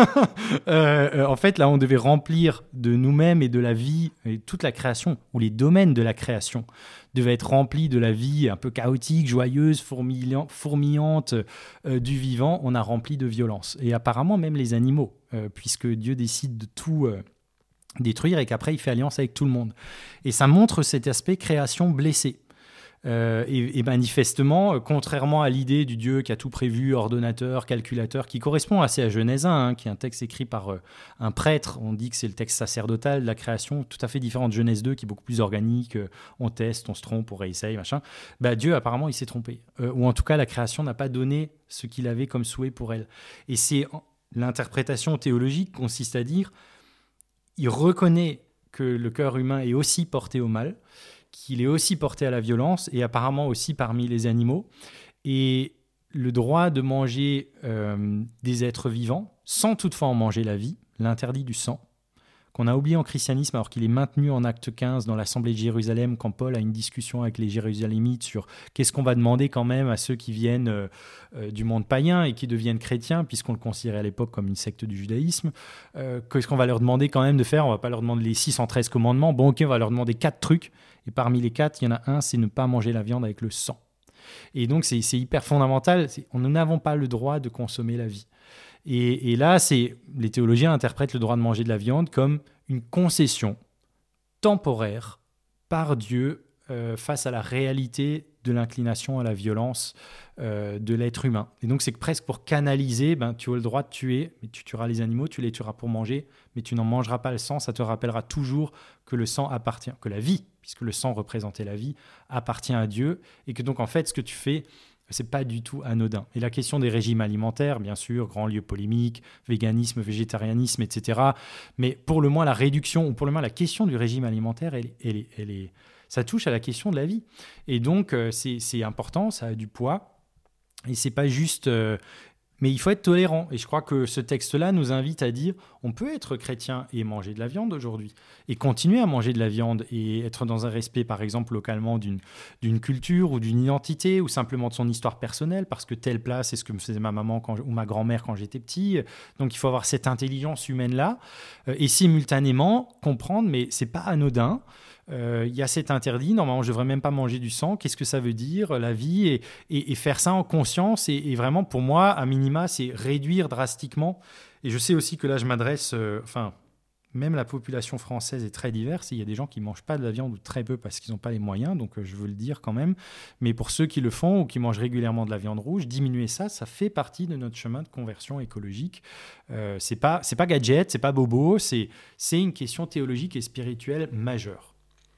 euh, en fait, là, on devait remplir de nous-mêmes et de la vie, et toute la création, ou les domaines de la création, devaient être remplis de la vie un peu chaotique, joyeuse, fourmillante euh, du vivant. On a rempli de violence. Et apparemment, même les animaux, euh, puisque Dieu décide de tout... Euh, détruire et qu'après il fait alliance avec tout le monde. Et ça montre cet aspect création blessée. Euh, et, et manifestement, contrairement à l'idée du Dieu qui a tout prévu, ordonnateur, calculateur, qui correspond assez à Genèse un, hein, qui est un texte écrit par euh, un prêtre, on dit que c'est le texte sacerdotal de la création, tout à fait différent de Genèse deux, qui est beaucoup plus organique, euh, on teste, on se trompe, on réessaye, machin. Bah, Dieu, apparemment, il s'est trompé. Euh, ou en tout cas, la création n'a pas donné ce qu'il avait comme souhait pour elle. Et c'est l'interprétation théologique consiste à dire il reconnaît que le cœur humain est aussi porté au mal, qu'il est aussi porté à la violence, et apparemment aussi parmi les animaux. Et le droit de manger euh, des êtres vivants, sans toutefois en manger la vie, l'interdit du sang, qu'on a oublié en christianisme alors qu'il est maintenu en acte quinze dans l'Assemblée de Jérusalem, quand Paul a une discussion avec les Jérusalémites sur qu'est-ce qu'on va demander quand même à ceux qui viennent euh, euh, du monde païen et qui deviennent chrétiens, puisqu'on le considérait à l'époque comme une secte du judaïsme. Euh, qu'est-ce qu'on va leur demander quand même de faire ? On ne va pas leur demander les six cent treize commandements. Bon, ok, on va leur demander quatre trucs. Et parmi les quatre, il y en a un, c'est ne pas manger la viande avec le sang. Et donc, c'est, c'est hyper fondamental. C'est, nous n'avons pas le droit de consommer la vie. Et, et là, c'est, les théologiens interprètent le droit de manger de la viande comme une concession temporaire par Dieu euh, face à la réalité de l'inclination à la violence euh, de l'être humain. Et donc, c'est que presque pour canaliser, ben, tu as le droit de tuer, mais tu tueras les animaux, tu les tueras pour manger, mais tu n'en mangeras pas le sang. Ça te rappellera toujours que le sang appartient, que la vie, puisque le sang représentait la vie, appartient à Dieu. Et que donc, en fait, ce que tu fais, c'est pas du tout anodin. Et la question des régimes alimentaires, bien sûr, grand lieu polémique, véganisme, végétarianisme, et cetera. Mais pour le moins, la réduction, ou pour le moins, la question du régime alimentaire, elle, elle, elle, elle est, ça touche à la question de la vie. Et donc, euh, c'est, c'est important, ça a du poids. Et c'est pas juste... Euh, mais il faut être tolérant. Et je crois que ce texte-là nous invite à dire on peut être chrétien et manger de la viande aujourd'hui. Et continuer à manger de la viande et être dans un respect, par exemple, localement d'une, d'une culture ou d'une identité ou simplement de son histoire personnelle, parce que telle place, c'est ce que me faisait ma maman quand, ou ma grand-mère quand j'étais petit. Donc, il faut avoir cette intelligence humaine-là euh, et simultanément comprendre, mais c'est pas anodin. Il euh, y a cet interdit, normalement je ne devrais même pas manger du sang, qu'est-ce que ça veut dire, la vie, et, et, et faire ça en conscience, et, et vraiment pour moi, à minima, c'est réduire drastiquement, et je sais aussi que là je m'adresse, euh, enfin, même la population française est très diverse, et il y a des gens qui ne mangent pas de la viande ou très peu parce qu'ils n'ont pas les moyens, donc euh, je veux le dire quand même, mais pour ceux qui le font ou qui mangent régulièrement de la viande rouge, diminuer ça, ça fait partie de notre chemin de conversion écologique. Euh, c'est pas, c'est pas gadget, c'est pas bobo, c'est, c'est une question théologique et spirituelle majeure.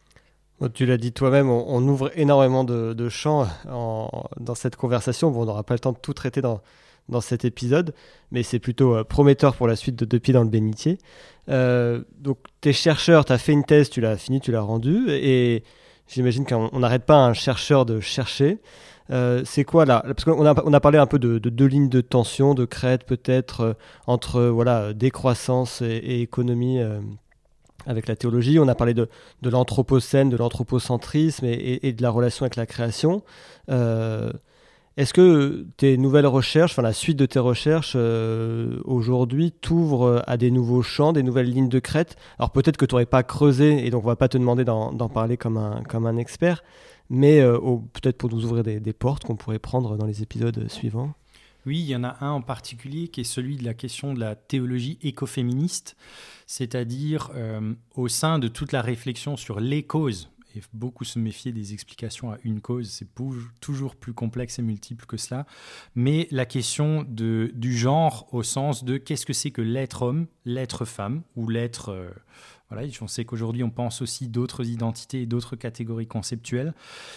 Tu l'as dit toi-même, on, on ouvre énormément de, de champs en, dans cette conversation. Bon, on n'aura pas le temps de tout traiter dans, dans cet épisode, mais c'est plutôt euh, prometteur pour la suite de Deux Pieds dans le Bénitier. Euh, donc, tu es chercheur, tu as fait une thèse, tu l'as finie, tu l'as rendue, et j'imagine qu'on n'arrête pas un chercheur de chercher. Euh, c'est quoi là ? Parce qu'on a, on a parlé un peu de, de deux lignes de tension, de crête peut-être, euh, entre voilà, décroissance et, et économie euh, avec la théologie. On a parlé de, de l'anthropocène, de l'anthropocentrisme et, et, et de la relation avec la création. Euh, est-ce que tes nouvelles recherches, enfin la suite de tes recherches euh, aujourd'hui t'ouvre à des nouveaux champs, des nouvelles lignes de crête ? Alors peut-être que tu n'aurais pas creusé, et donc on ne va pas te demander d'en, d'en parler comme un, comme un expert, mais euh, au, peut-être pour nous ouvrir des, des portes qu'on pourrait prendre dans les épisodes suivants. Oui, il y en a un en particulier qui est celui de la question de la théologie écoféministe, c'est-à-dire euh, au sein de toute la réflexion sur les causes. Et beaucoup se méfier des explications à une cause, c'est pour, toujours plus complexe et multiple que cela. Mais la question de, du genre au sens de qu'est-ce que c'est que l'être homme, l'être femme ou l'être... Euh, Voilà, on sait qu'aujourd'hui, on pense aussi d'autres identités et d'autres catégories conceptuelles.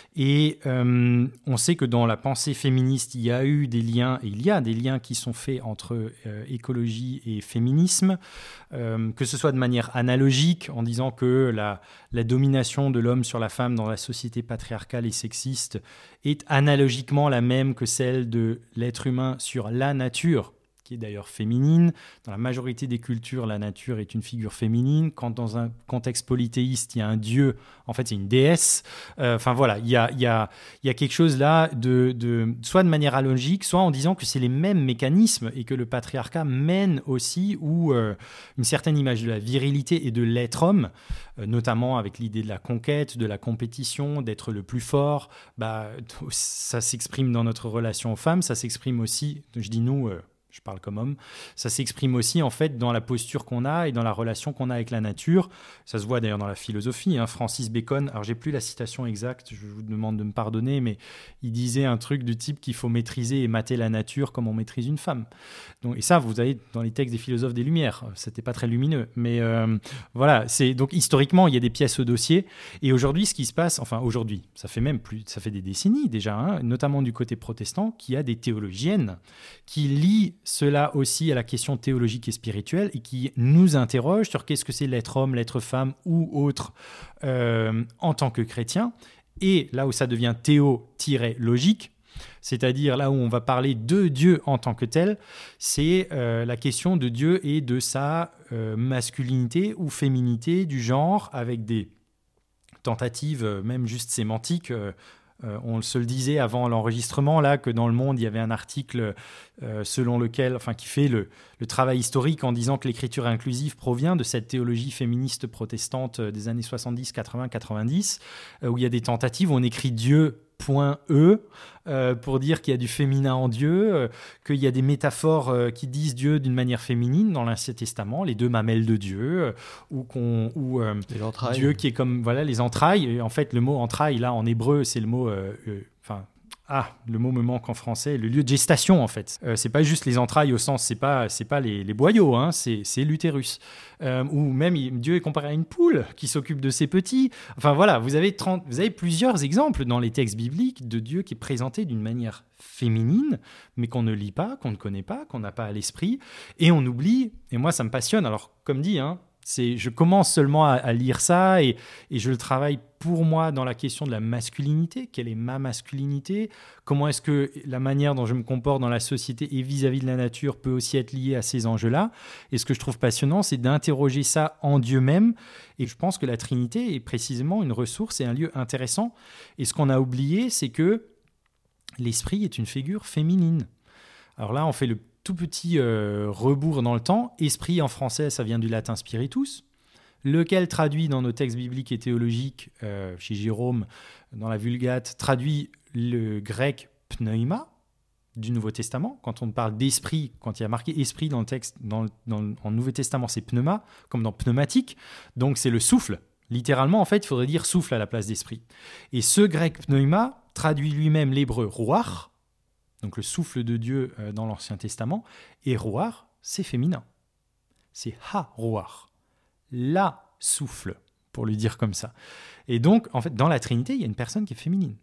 Et euh, on sait que dans la pensée féministe, il y a eu des liens, et il y a des liens qui sont faits entre euh, écologie et féminisme, euh, que ce soit de manière analogique, en disant que la, la domination de l'homme sur la femme dans la société patriarcale et sexiste est analogiquement la même que celle de l'être humain sur la nature, qui est d'ailleurs féminine. Dans la majorité des cultures, la nature est une figure féminine. Quand dans un contexte polythéiste, il y a un dieu, en fait, c'est une déesse. Euh, enfin voilà, il y a, il y a, il y a quelque chose là, de, de, soit de manière analogique, soit en disant que c'est les mêmes mécanismes et que le patriarcat mène aussi où euh, une certaine image de la virilité et de l'être homme, euh, notamment avec l'idée de la conquête, de la compétition, d'être le plus fort, bah, ça s'exprime dans notre relation aux femmes, ça s'exprime aussi, je dis nous, euh, je parle comme homme, ça s'exprime aussi en fait dans la posture qu'on a et dans la relation qu'on a avec la nature. Ça se voit d'ailleurs dans la philosophie. Hein. Francis Bacon, alors j'ai plus la citation exacte, je vous demande de me pardonner, mais il disait un truc du type qu'il faut maîtriser et mater la nature comme on maîtrise une femme. Donc, et ça, vous avez dans les textes des philosophes des Lumières. C'était pas très lumineux, mais euh, voilà. C'est donc historiquement, il y a des pièces au dossier. Et aujourd'hui, ce qui se passe, enfin aujourd'hui, ça fait même plus, ça fait des décennies déjà, hein, notamment du côté protestant, qu'il y a des théologiennes qui lient cela aussi à la question théologique et spirituelle et qui nous interroge sur qu'est-ce que c'est l'être homme, l'être femme ou autre euh, en tant que chrétien. Et là où ça devient théo-logique, c'est-à-dire là où on va parler de Dieu en tant que tel, c'est euh, la question de Dieu et de sa euh, masculinité ou féminité, du genre, avec des tentatives euh, même juste sémantiques. Euh, Euh, on se le disait avant l'enregistrement, là, que dans Le Monde, il y avait un article euh, selon lequel, enfin, qui fait le, le travail historique en disant que l'écriture inclusive provient de cette théologie féministe protestante des années soixante-dix, quatre-vingts, quatre-vingt-dix, euh, où il y a des tentatives où on écrit Dieu point E euh, pour dire qu'il y a du féminin en Dieu, euh, qu'il y a des métaphores euh, qui disent Dieu d'une manière féminine dans l'Ancien Testament, les deux mamelles de Dieu, euh, ou, qu'on, ou euh, Dieu qui est comme voilà, les entrailles. Et en fait, le mot entrailles, là, en hébreu, c'est le mot... Euh, euh, enfin, Ah, le mot me manque en français, le lieu de gestation en fait. Euh, c'est pas juste les entrailles au sens, c'est pas, c'est pas les, les boyaux, hein, c'est, c'est l'utérus. Euh, ou même il, Dieu est comparé à une poule qui s'occupe de ses petits. Enfin voilà, vous avez, trente, vous avez plusieurs exemples dans les textes bibliques de Dieu qui est présenté d'une manière féminine, mais qu'on ne lit pas, qu'on ne connaît pas, qu'on n'a pas à l'esprit, et on oublie, et moi ça me passionne, alors comme dit, hein, c'est, je commence seulement à, à lire ça et, et je le travaille pour moi dans la question de la masculinité. Quelle est ma masculinité ? Comment est-ce que la manière dont je me comporte dans la société et vis-à-vis de la nature peut aussi être liée à ces enjeux-là ? Et ce que je trouve passionnant, c'est d'interroger ça en Dieu même. Et je pense que la Trinité est précisément une ressource et un lieu intéressant. Et ce qu'on a oublié, c'est que l'esprit est une figure féminine. Alors là, on fait le tout petit euh, rebours dans le temps. Esprit en français, ça vient du latin spiritus, lequel traduit dans nos textes bibliques et théologiques, euh, chez Jérôme, dans la Vulgate, traduit le grec pneuma du Nouveau Testament. Quand on parle d'esprit, quand il y a marqué esprit dans le texte, dans, dans, en Nouveau Testament, c'est pneuma, comme dans pneumatique, donc c'est le souffle. Littéralement, en fait, il faudrait dire souffle à la place d'esprit. Et ce grec pneuma traduit lui-même l'hébreu ruach, donc le souffle de Dieu euh, dans l'Ancien Testament, et ruach, c'est féminin. C'est ha-ruach, la souffle, pour le dire comme ça. Et donc, en fait, dans la Trinité, il y a une personne qui est féminine.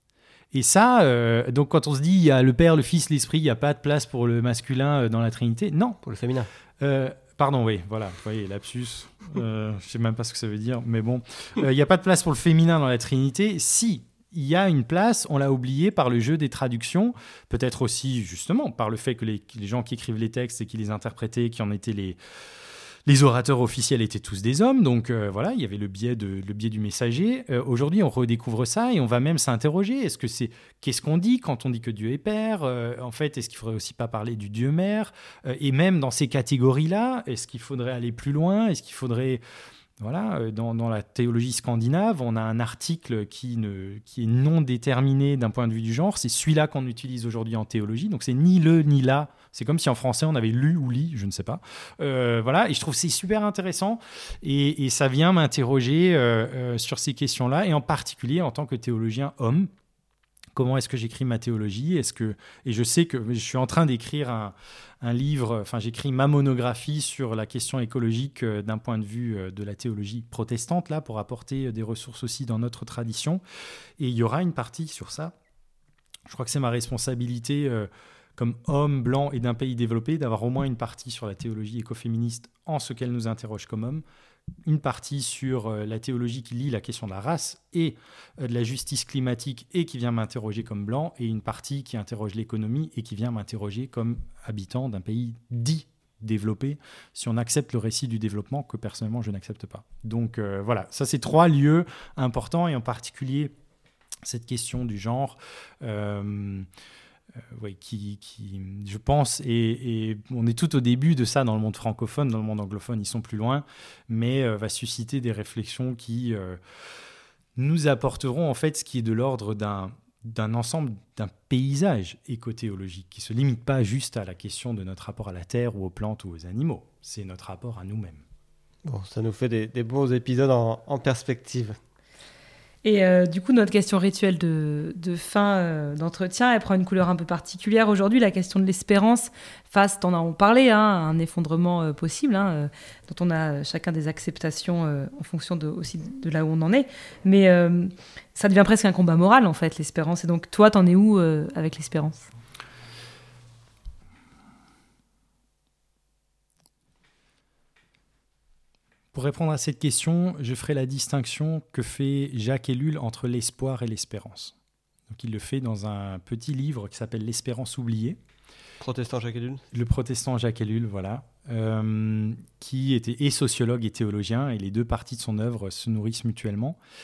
Et ça, euh, donc quand on se dit il y a le Père, le Fils, l'Esprit, il n'y a pas de place pour le masculin euh, dans la Trinité, non. Pour le féminin. Euh, pardon, oui, voilà, vous voyez, lapsus, euh, je ne sais même pas ce que ça veut dire, mais bon, euh, il n'y a pas de place pour le féminin dans la Trinité. Si, il y a une place, on l'a oublié par le jeu des traductions, peut-être aussi justement par le fait que les, les gens qui écrivent les textes et qui les interprétaient, qui en étaient les, les orateurs officiels étaient tous des hommes, donc euh, voilà, il y avait le biais, de, le biais du messager. Euh, aujourd'hui, on redécouvre ça et on va même s'interroger, est-ce que c'est, qu'est-ce qu'on dit quand on dit que Dieu est Père ? euh, En fait, est-ce qu'il ne faudrait aussi pas parler du Dieu Mère ? euh, Et même dans ces catégories-là, est-ce qu'il faudrait aller plus loin ? Est-ce qu'il faudrait... Voilà, dans, dans la théologie scandinave, on a un article qui, ne, qui est non déterminé d'un point de vue du genre. C'est celui-là qu'on utilise aujourd'hui en théologie. Donc, c'est ni le ni la. C'est comme si en français, on avait lu ou lit, je ne sais pas. Euh, voilà, et je trouve que c'est super intéressant. Et, et ça vient m'interroger euh, euh, sur ces questions-là, et en particulier en tant que théologien homme. Comment est-ce que j'écris ma théologie ? Est-ce que, et je sais que je suis en train d'écrire un, un livre, enfin j'écris ma monographie sur la question écologique euh, d'un point de vue euh, de la théologie protestante, là, pour apporter des ressources aussi dans notre tradition. Et il y aura une partie sur ça. Je crois que c'est ma responsabilité euh, comme homme blanc et d'un pays développé d'avoir au moins une partie sur la théologie écoféministe en ce qu'elle nous interroge comme hommes, une partie sur euh, la théologie qui lie la question de la race et euh, de la justice climatique et qui vient m'interroger comme blanc, et une partie qui interroge l'économie et qui vient m'interroger comme habitant d'un pays dit développé, si on accepte le récit du développement que personnellement je n'accepte pas. Donc euh, voilà, ça c'est trois lieux importants, et en particulier cette question du genre euh, Euh, ouais, qui, qui, je pense, et, et on est tout au début de ça dans le monde francophone, dans le monde anglophone, ils sont plus loin, mais euh, va susciter des réflexions qui euh, nous apporteront en fait ce qui est de l'ordre d'un, d'un ensemble, d'un paysage écothéologique, qui ne se limite pas juste à la question de notre rapport à la terre ou aux plantes ou aux animaux, c'est notre rapport à nous-mêmes. Bon, ça nous fait des, des bons épisodes en, en perspective. Et euh, du coup, notre question rituelle de, de fin euh, d'entretien, elle prend une couleur un peu particulière aujourd'hui, la question de l'espérance face, t'en as parlé, hein, à un effondrement euh, possible, hein, euh, dont on a chacun des acceptations euh, en fonction de, aussi de là où on en est. Mais euh, ça devient presque un combat moral, en fait, l'espérance. Et donc, toi, t'en es où euh, avec l'espérance ? Pour répondre à cette question, je ferai la distinction que fait Jacques Ellul entre l'espoir et l'espérance. Donc, il le fait dans un petit livre qui s'appelle « L'espérance oubliée ». Protestant Jacques Ellul. Le protestant Jacques Ellul, voilà, euh, qui était et sociologue et théologien, et les deux parties de son œuvre se nourrissent mutuellement.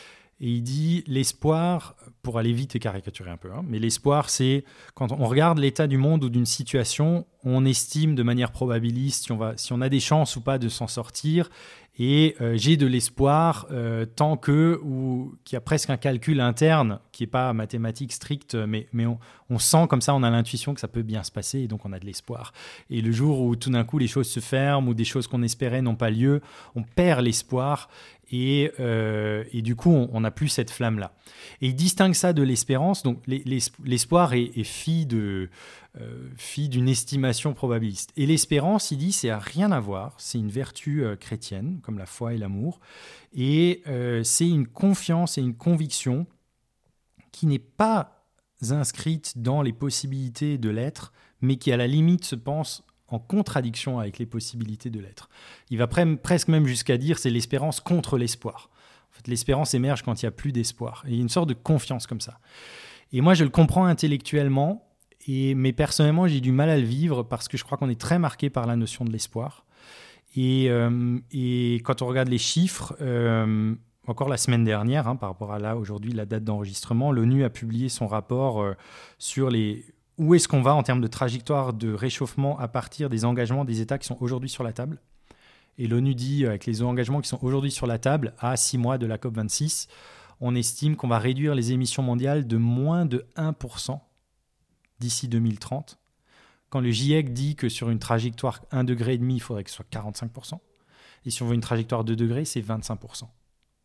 Et il dit l'espoir, pour aller vite et caricaturer un peu, hein, mais l'espoir, c'est quand on regarde l'état du monde ou d'une situation, on estime de manière probabiliste si on, va, si on a des chances ou pas de s'en sortir. Et euh, j'ai de l'espoir euh, tant que, ou qu'il y a presque un calcul interne qui n'est pas mathématique stricte, mais, mais on, on sent comme ça, on a l'intuition que ça peut bien se passer et donc on a de l'espoir. Et le jour où tout d'un coup les choses se ferment ou des choses qu'on espérait n'ont pas lieu, on perd l'espoir et, euh, et du coup on n'a plus cette flamme-là. Et il distingue ça de l'espérance. Donc les, les, l'espoir est, est fille de... Euh, fille d'une estimation probabiliste. Et l'espérance, il dit, c'est à rien à voir, c'est une vertu euh, chrétienne, comme la foi et l'amour, et euh, c'est une confiance et une conviction qui n'est pas inscrite dans les possibilités de l'être, mais qui à la limite se pense en contradiction avec les possibilités de l'être. Il va pre- presque même jusqu'à dire, c'est l'espérance contre l'espoir. En fait, l'espérance émerge quand il n'y a plus d'espoir. Et il y a une sorte de confiance comme ça. Et moi, je le comprends intellectuellement, Et, mais personnellement, j'ai du mal à le vivre parce que je crois qu'on est très marqué par la notion de l'espoir. Et, euh, et quand on regarde les chiffres, euh, encore la semaine dernière, hein, par rapport à là, aujourd'hui, la date d'enregistrement, l'ONU a publié son rapport euh, sur les, où est-ce qu'on va en termes de trajectoire de réchauffement à partir des engagements des États qui sont aujourd'hui sur la table. Et l'ONU dit, avec les engagements qui sont aujourd'hui sur la table, à six mois de la COP vingt-six, on estime qu'on va réduire les émissions mondiales de moins de un pour cent d'ici deux mille trente, quand le GIEC dit que sur une trajectoire un virgule cinq degré, il faudrait que ce soit quarante-cinq pour cent, et si on veut une trajectoire deux degrés, c'est vingt-cinq pour cent.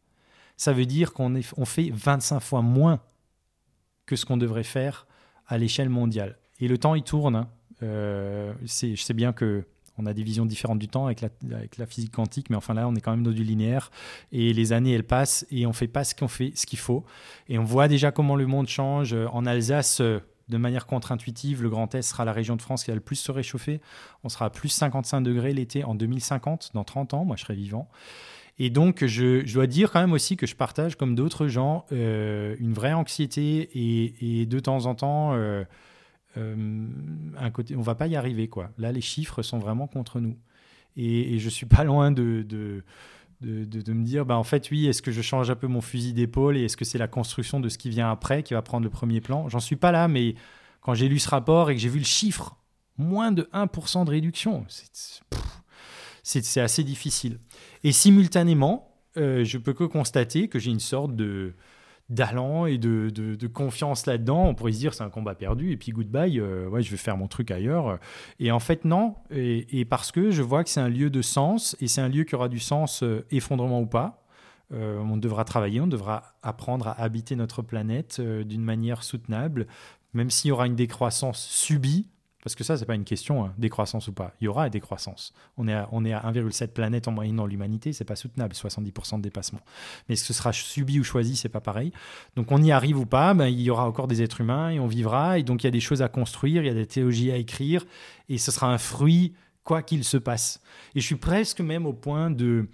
Ça veut dire qu'on est, on fait vingt-cinq fois moins que ce qu'on devrait faire à l'échelle mondiale. Et le temps, il tourne. Hein. Euh, c'est, je sais bien qu'on a des visions différentes du temps avec la, avec la physique quantique, mais enfin là, on est quand même dans du linéaire, et les années, elles passent, et on ne fait pas ce qu'on fait, ce qu'il faut. Et on voit déjà comment le monde change. En Alsace, de manière contre-intuitive, le Grand Est sera la région de France qui va le plus se réchauffer. On sera à plus cinquante-cinq degrés l'été en deux mille cinquante, dans trente ans, moi je serai vivant. Et donc, je, je dois dire quand même aussi que je partage, comme d'autres gens, euh, une vraie anxiété et, et de temps en temps, euh, euh, un côté, on ne va pas y arriver, quoi. Là, les chiffres sont vraiment contre nous. Et, et je ne suis pas loin de... de De, de, de me dire, bah en fait, oui, est-ce que je change un peu mon fusil d'épaule et est-ce que c'est la construction de ce qui vient après qui va prendre le premier plan ? J'en suis pas là, mais quand j'ai lu ce rapport et que j'ai vu le chiffre, moins de un pour cent de réduction, c'est, pff, c'est, c'est assez difficile. Et simultanément, euh, je peux que constater que j'ai une sorte de, d'allant et de, de, de confiance là-dedans. On pourrait se dire c'est un combat perdu et puis goodbye, euh, ouais, je vais faire mon truc ailleurs. Et en fait, non. Et, et parce que je vois que c'est un lieu de sens et c'est un lieu qui aura du sens, euh, effondrement ou pas. Euh, on devra travailler, on devra apprendre à habiter notre planète euh, d'une manière soutenable, même s'il y aura une décroissance subie. Parce que ça, ce n'est pas une question, hein, décroissance ou pas. Il y aura une décroissance. On est à, on est à un virgule sept planètes en moyenne dans l'humanité, ce n'est pas soutenable, soixante-dix pour cent de dépassement. Mais est-ce que ce sera subi ou choisi, ce n'est pas pareil. Donc on y arrive ou pas, ben, il y aura encore des êtres humains et on vivra. Et donc il y a des choses à construire, il y a des théologies à écrire. Et ce sera un fruit, quoi qu'il se passe. Et je suis presque même au point de...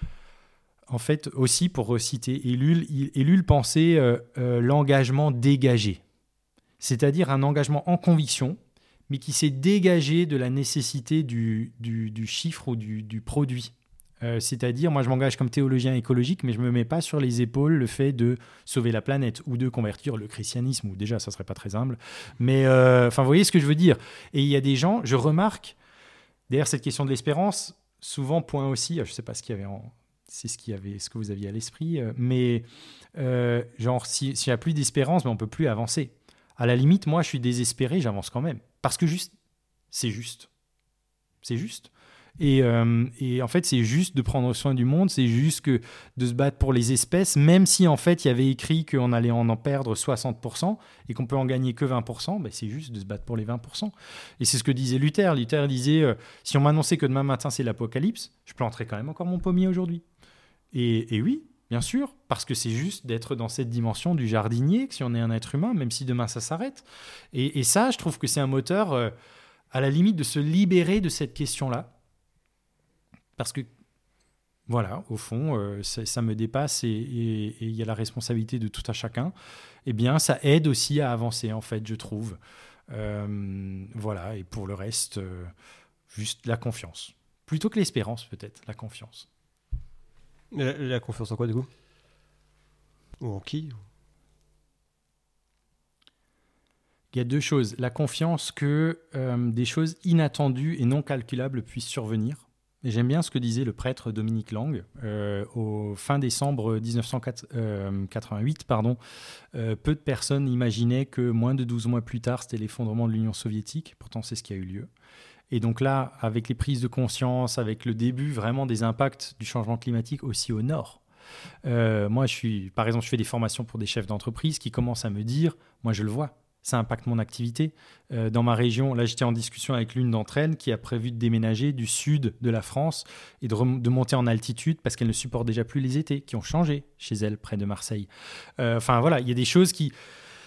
En fait, aussi, pour reciter Ellul, Ellul pensait euh, euh, l'engagement dégagé. C'est-à-dire un engagement en conviction, mais qui s'est dégagé de la nécessité du, du, du chiffre ou du, du produit. Euh, c'est-à-dire, moi je m'engage comme théologien écologique, mais je ne me mets pas sur les épaules le fait de sauver la planète ou de convertir le christianisme, ou déjà ça ne serait pas très humble. Mais euh, enfin, vous voyez ce que je veux dire. Et il y a des gens, je remarque, derrière cette question de l'espérance, souvent point aussi, je ne sais pas ce qu'il y avait en... c'est ce, qu'il y avait, ce que vous aviez à l'esprit, euh, mais euh, genre si, s'il n'y a plus d'espérance, mais on ne peut plus avancer. À la limite, moi je suis désespéré, j'avance quand même. Parce que juste, c'est juste. C'est juste. Et, euh, et en fait, c'est juste de prendre soin du monde, c'est juste que de se battre pour les espèces, même si en fait, il y avait écrit qu'on allait en, en perdre soixante pour cent et qu'on peut en gagner que vingt pour cent, ben c'est juste de se battre pour les vingt pour cent. Et c'est ce que disait Luther. Luther disait, euh, si on m'annonçait que demain matin, c'est l'apocalypse, je planterais quand même encore mon pommier aujourd'hui. Et, et oui, bien sûr, parce que c'est juste d'être dans cette dimension du jardinier, que si on est un être humain, même si demain ça s'arrête. Et, et ça, je trouve que c'est un moteur, euh, à la limite, de se libérer de cette question-là. Parce que, voilà, au fond, euh, ça, ça me dépasse et il y a la responsabilité de tout un chacun. Eh bien, ça aide aussi à avancer, en fait, je trouve. Euh, voilà, et pour le reste, euh, juste la confiance. Plutôt que l'espérance, peut-être, la confiance. La, la confiance en quoi, du coup ? Ou en qui? Il y a deux choses. La confiance que euh, des choses inattendues et non calculables puissent survenir. Et j'aime bien ce que disait le prêtre Dominique Lang euh, au fin décembre dix-neuf cent quatre-vingt-huit. Pardon, euh, peu de personnes imaginaient que moins de douze mois plus tard, c'était l'effondrement de l'Union soviétique. Pourtant, c'est ce qui a eu lieu. Et donc là, avec les prises de conscience, avec le début vraiment des impacts du changement climatique aussi au nord, euh, moi, je suis, par exemple, je fais des formations pour des chefs d'entreprise qui commencent à me dire, moi, je le vois. Ça impacte mon activité. Euh, dans ma région, là, j'étais en discussion avec l'une d'entre elles qui a prévu de déménager du sud de la France et de, rem- de monter en altitude parce qu'elle ne supporte déjà plus les étés, qui ont changé chez elle, près de Marseille. Euh, enfin, voilà, il y a des choses qui...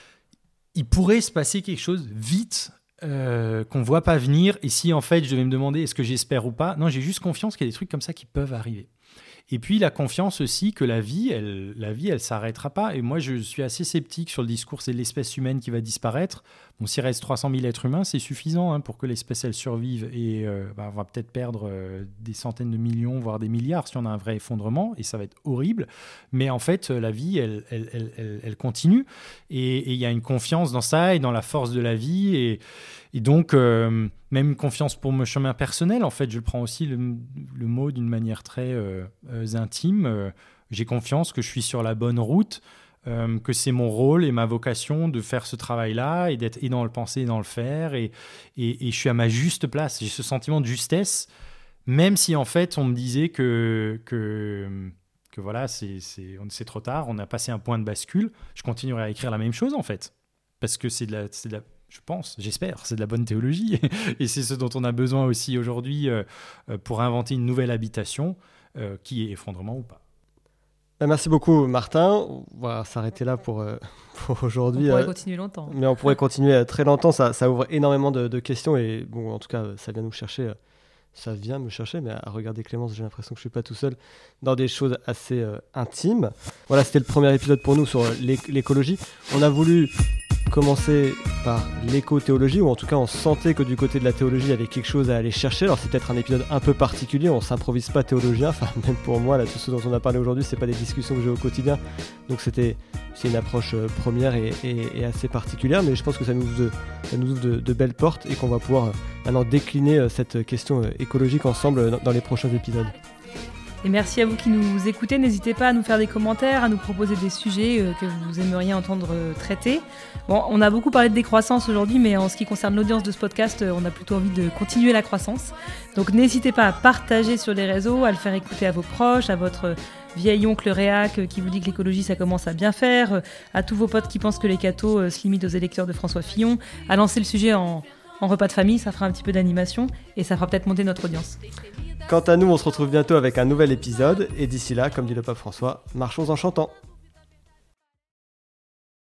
Il pourrait se passer quelque chose vite euh, qu'on ne voit pas venir. Et si, en fait, je devais me demander est-ce que j'espère ou pas, non, j'ai juste confiance qu'il y a des trucs comme ça qui peuvent arriver. Et puis la confiance aussi que la vie, elle, la vie, elle s'arrêtera pas. Et moi, je suis assez sceptique sur le discours c'est l'espèce humaine qui va disparaître. Bon, s'il reste trois cent mille êtres humains, c'est suffisant hein, pour que l'espèce elle survive. Et euh, bah, on va peut-être perdre euh, des centaines de millions, voire des milliards si on a un vrai effondrement. Et ça va être horrible. Mais en fait, la vie, elle, elle, elle, elle, elle continue. Et il y a une confiance dans ça et dans la force de la vie. Et, et donc, euh, même une confiance pour mon chemin personnel. En fait, je prends aussi le, le mot d'une manière très euh, euh, intime. Euh, j'ai confiance que je suis sur la bonne route. Euh, que c'est mon rôle et ma vocation de faire ce travail-là et d'être et dans le penser et dans le faire et, et, et je suis à ma juste place. J'ai ce sentiment de justesse, même si en fait on me disait que, que, que voilà, c'est, c'est, c'est trop tard, on a passé un point de bascule, je continuerai à écrire la même chose en fait, parce que c'est de la, c'est de la je pense, j'espère, c'est de la bonne théologie et c'est ce dont on a besoin aussi aujourd'hui euh, pour inventer une nouvelle habitation euh, qui est effondrement ou pas. Merci beaucoup Martin, on va s'arrêter là pour, euh, pour aujourd'hui. On pourrait euh, continuer longtemps. Mais on pourrait continuer euh, très longtemps, ça, ça ouvre énormément de, de questions et bon, en tout cas ça vient nous chercher, euh, ça vient me chercher, mais à regarder Clémence j'ai l'impression que je ne suis pas tout seul dans des choses assez euh, intimes. Voilà, c'était le premier épisode pour nous sur euh, l'éc- l'écologie. On a voulu commencer par l'éco-théologie, ou en tout cas on sentait que du côté de la théologie il y avait quelque chose à aller chercher. Alors c'est peut-être un épisode un peu particulier, on s'improvise pas théologien, enfin même pour moi là tout ce dont on a parlé aujourd'hui c'est pas des discussions que j'ai au quotidien, donc c'était c'est une approche euh, première et, et, et assez particulière, mais je pense que ça nous ouvre de, ça nous ouvre de, de belles portes et qu'on va pouvoir euh, maintenant décliner euh, cette question euh, écologique ensemble euh, dans, dans les prochains épisodes. Et merci à vous qui nous écoutez. N'hésitez pas à nous faire des commentaires, à nous proposer des sujets euh, que vous aimeriez entendre euh, traiter. Bon, on a beaucoup parlé de décroissance aujourd'hui, mais en ce qui concerne l'audience de ce podcast, euh, on a plutôt envie de continuer la croissance. Donc n'hésitez pas à partager sur les réseaux, à le faire écouter à vos proches, à votre vieil oncle réac euh, qui vous dit que l'écologie ça commence à bien faire, euh, à tous vos potes qui pensent que les cathos euh, se limitent aux électeurs de François Fillon, à lancer le sujet en, en repas de famille, ça fera un petit peu d'animation et ça fera peut-être monter notre audience. Quant à nous, on se retrouve bientôt avec un nouvel épisode, et d'ici là, comme dit le pape François, marchons en chantant.